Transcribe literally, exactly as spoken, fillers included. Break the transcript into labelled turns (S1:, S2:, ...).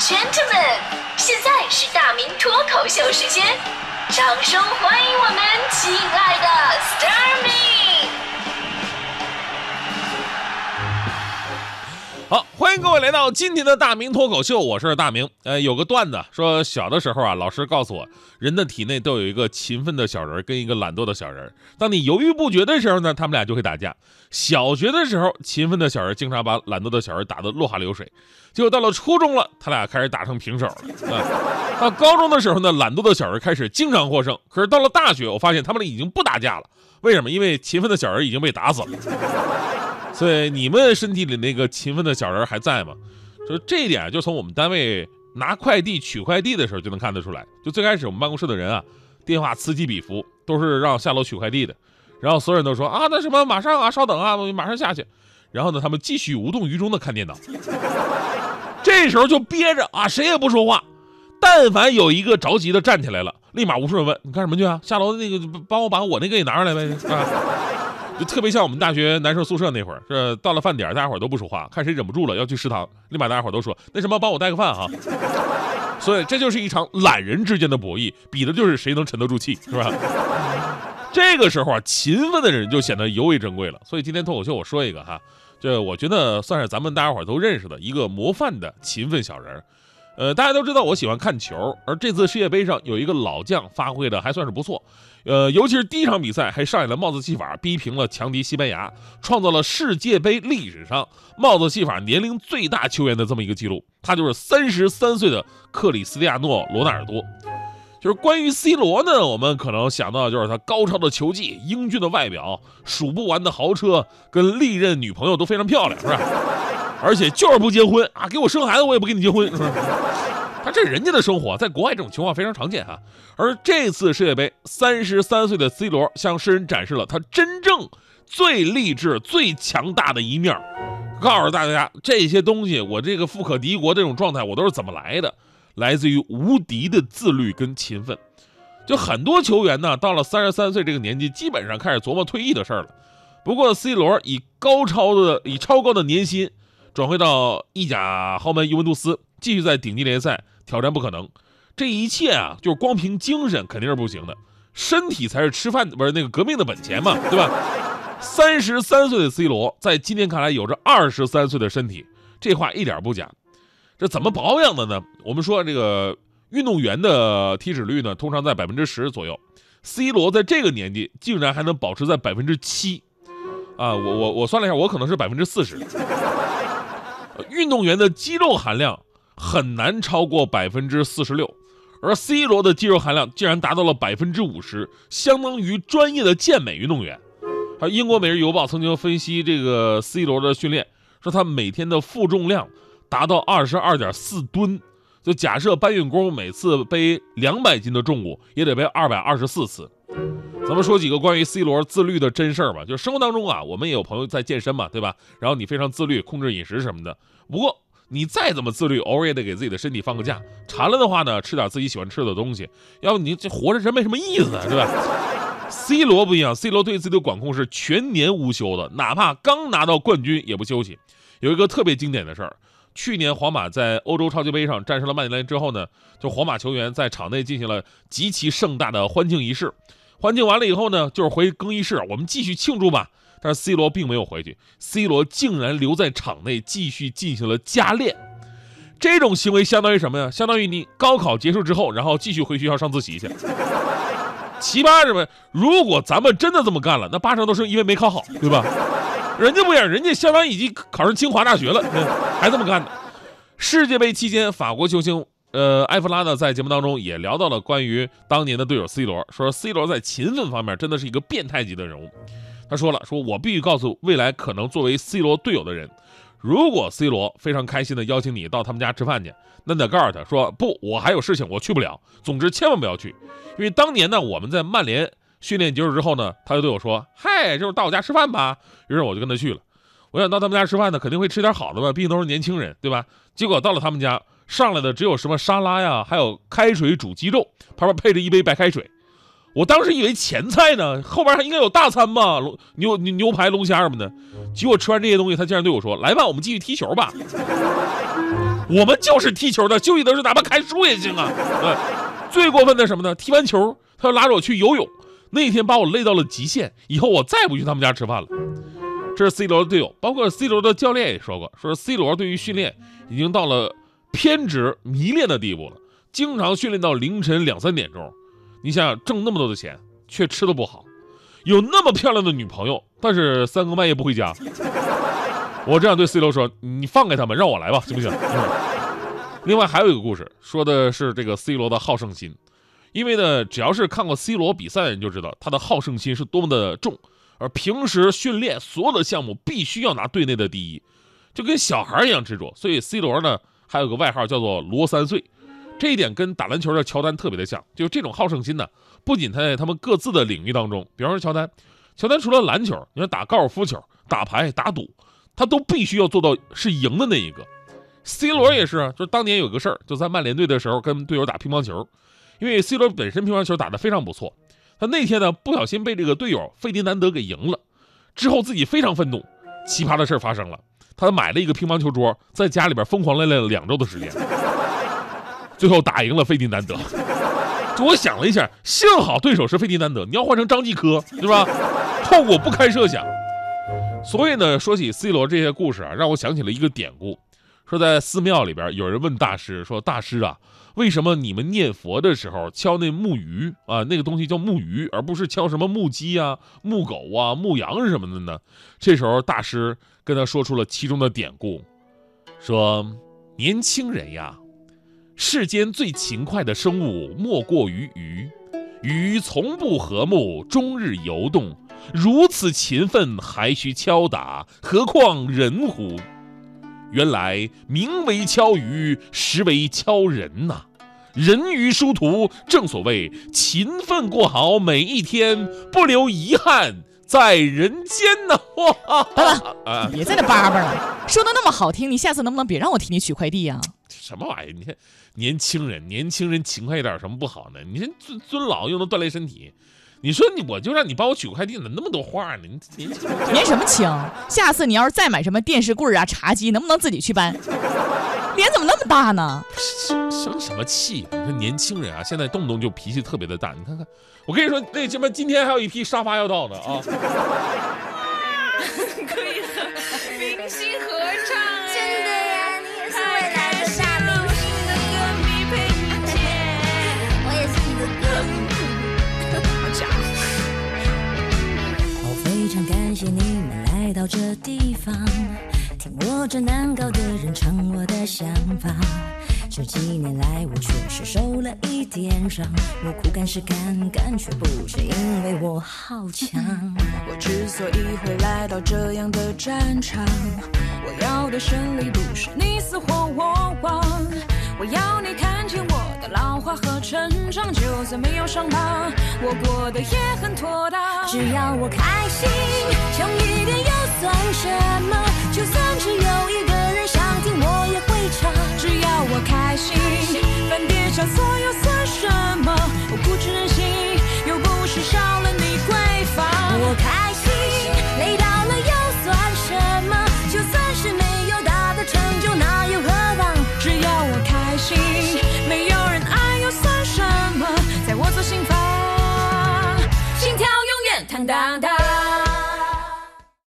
S1: gentlemen， 现在是大明脱口秀时间，掌声欢迎我们亲爱的 Starmin。
S2: 好，欢迎各位来到今天的大明脱口秀，我是大明。呃，有个段子说，小的时候啊，老师告诉我，人的体内都有一个勤奋的小人跟一个懒惰的小人。当你犹豫不决的时候呢，他们俩就会打架。小学的时候，勤奋的小人经常把懒惰的小人打得落花流水。结果到了初中了，他俩开始打成平手了。啊，到高中的时候呢，懒惰的小人开始经常获胜。可是到了大学，我发现他们俩已经不打架了。为什么？因为勤奋的小人已经被打死了。所以你们身体里那个勤奋的小人还在吗？就是这一点，就从我们单位拿快递取快递的时候就能看得出来。就最开始我们办公室的人啊，电话此起彼伏，都是让下楼取快递的。然后所有人都说啊，那什么，马上啊，稍等啊，我马上下去。然后呢，他们继续无动于衷的看电脑。这时候就憋着啊，谁也不说话。但凡有一个着急的站起来了，立马无数人问你干什么去啊？下楼那个帮我把我那个也拿上来呗啊！就特别像我们大学男生宿舍那会儿，是到了饭点，大家伙都不说话，看谁忍不住了要去食堂，立马大家伙都说那什么帮我带个饭哈。所以这就是一场懒人之间的博弈，比的就是谁能沉得住气，是吧？这个时候啊，勤奋的人就显得尤为珍贵了。所以今天脱口秀我说一个哈，这我觉得算是咱们大家伙都认识的一个模范的勤奋小人。呃，大家都知道我喜欢看球，而这次世界杯上有一个老将发挥的还算是不错，呃，尤其是第一场比赛还上演了帽子戏法，逼平了强敌西班牙，创造了世界杯历史上帽子戏法年龄最大球员的这么一个记录。他就是三十三岁的克里斯蒂亚诺·罗纳尔多。就是关于 C 罗呢，我们可能想到的就是他高超的球技、英俊的外表、数不完的豪车，跟历任女朋友都非常漂亮，是吧？而且就是不结婚啊，给我生孩子我也不跟你结婚，是吧？他这人家的生活，在国外这种情况非常常见哈。而这次世界杯，三十三岁的 C 罗向世人展示了他真正最励志、最强大的一面，告诉大家这些东西，我这个富可敌国这种状态，我都是怎么来的？来自于无敌的自律跟勤奋。就很多球员呢，到了三十三岁这个年纪，基本上开始琢磨退役的事儿了。不过 C 罗以高超的、以超高的年薪转回到意甲豪门尤文图斯，继续在顶级联赛挑战不可能。这一切啊，就是光凭精神肯定是不行的，身体才是吃饭不是那个革命的本钱嘛，对吧？三十三岁的 C 罗在今天看来有着二十三岁的身体，这话一点不假。这怎么保养的呢？我们说这个运动员的体脂率呢，通常在百分之十左右。C 罗在这个年纪竟然还能保持在百分之七，啊，我我我算了一下，我可能是百分之四十。运动员的肌肉含量很难超过百分之四十六，而 C 罗的肌肉含量竟然达到了百分之五十，相当于专业的健美运动员。而英国《每日邮报》曾经分析这个 C 罗的训练，说他每天的负重量达到二十二点四吨，就假设搬运工每次背两百斤的重物，也得背二百二十四次。咱们说几个关于 C 罗自律的真事儿吧，就是生活当中啊，我们也有朋友在健身嘛，对吧？然后你非常自律，控制饮食什么的。不过你再怎么自律，偶尔也得给自己的身体放个假。馋了的话呢，吃点自己喜欢吃的东西，要不你这活着真没什么意思，对吧？C 罗不一样 ，C 罗对自己的管控是全年无休的，哪怕刚拿到冠军也不休息。有一个特别经典的事儿。去年皇马在欧洲超级杯上战胜了曼联之后呢，就皇马球员在场内进行了极其盛大的欢庆仪式。欢庆完了以后呢，就是回更衣室，我们继续庆祝吧。但是 C 罗并没有回去 ，C 罗竟然留在场内继续进行了加练。这种行为相当于什么呀？相当于你高考结束之后，然后继续回学校上自习去。奇葩什么？如果咱们真的这么干了，那八成都是因为没考好，对吧？人家不一样，人家相当于已经考上清华大学了，还这么干呢。世界杯期间，法国球星呃埃弗拉呢在节目当中也聊到了关于当年的队友 C 罗，说 C 罗在勤奋方面真的是一个变态级的人物。他说了，说我必须告诉未来可能作为 C 罗队友的人，如果 C 罗非常开心的邀请你到他们家吃饭去，那得告诉他说不，我还有事情，我去不了。总之千万不要去，因为当年呢我们在曼联训练结束之后呢，他就对我说：“嗨，就是到我家吃饭吧。”于是我就跟他去了。我想到他们家吃饭呢，肯定会吃点好的吧，毕竟都是年轻人，对吧？结果到了他们家，上来的只有什么沙拉呀，还有开水煮鸡肉，旁边配着一杯白开水。我当时以为前菜呢，后边还应该有大餐吧，牛牛牛排、龙虾什么的。结果吃完这些东西，他竟然对我说：“来吧，我们继续踢球吧。” 我们就是踢球的，休息的时候哪怕看书也行啊。呃，最过分的什么呢？踢完球，他要拉着我去游泳，那天把我累到了极限，以后我再也不去他们家吃饭了。这是 C 罗的队友，包括 C 罗的教练也说过，说 C 罗对于训练已经到了偏执迷恋的地步了，经常训练到凌晨两三点钟。你想想，挣那么多的钱，却吃得不好，有那么漂亮的女朋友，但是三更半夜不回家。我这样对 C 罗说：“你放开他们，让我来吧，行不行？”嗯、另外还有一个故事，说的是这个 C 罗的好胜心，因为呢，只要是看过 C 罗比赛的人就知道他的好胜心是多么的重，而平时训练所有的项目必须要拿队内的第一，就跟小孩一样执着。所以 C 罗呢，还有个外号叫做罗三岁。这一点跟打篮球的乔丹特别的像，就这种好胜心呢，不仅他在他们各自的领域当中，比方说乔丹，乔丹除了篮球，你说打高尔夫球、打牌、打赌，他都必须要做到是赢的那一个。C 罗也是，就是当年有个事儿，就在曼联队的时候跟队友打乒乓球，因为 C 罗本身乒乓球打得非常不错，他那天呢不小心被这个队友费迪南德给赢了，之后自己非常愤怒，奇葩的事发生了，他买了一个乒乓球桌，在家里边疯狂练了两周的时间。最后打赢了费迪南德，就我想了一下，幸好对手是费迪南德，你要换成张继科，对吧？后果不堪设想。所以呢，说起 C 罗这些故事啊，让我想起了一个典故，说在寺庙里边，有人问大师说：“大师啊，为什么你们念佛的时候敲那木鱼啊，那个东西叫木鱼，而不是敲什么木鸡啊、木狗啊、牧羊什么的呢？”这时候大师跟他说出了其中的典故，说：“年轻人呀。”世间最勤快的生物莫过于鱼，鱼从不和睦，终日游动，如此勤奋还需敲打，何况人乎？原来名为敲鱼，实为敲人呐、啊。人鱼殊途，正所谓勤奋过好每一天，不留遗憾在人间呢。哇！
S3: 得了，啊、你别在这叭叭了，说的那么好听，你下次能不能别让我替你取快递呀、啊？
S2: 什么玩意儿？你看，年轻人，年轻人勤快一点有什么不好呢？你看尊尊老又能锻炼身体，你说你我就让你帮我取个快递，怎么那么多话呢？你年轻人
S3: 年什么轻？下次你要是再买什么电视柜啊、茶几，能不能自己去搬？脸怎么那么大呢？
S2: 生什么气？你看年轻人啊，现在动不动就脾气特别的大。你看看，我跟你说，那什么，今天还有一批沙发要到呢啊！
S1: 可以和明星合唱。
S4: 真的呀，你也是未来的大明星的歌迷陪你见，我也是你的歌迷。好巧。我非常感谢你们来到这地方，听我这难搞的人唱我的想法。这几年来我确实受了一点伤，我苦干是干干，却不是因为我好强。我之所以会来到这样的战场，我要的胜利不是你死或我亡，我要你看见我的老化和成长，就算没有伤疤，我过得也很妥当。只要我开心，像一点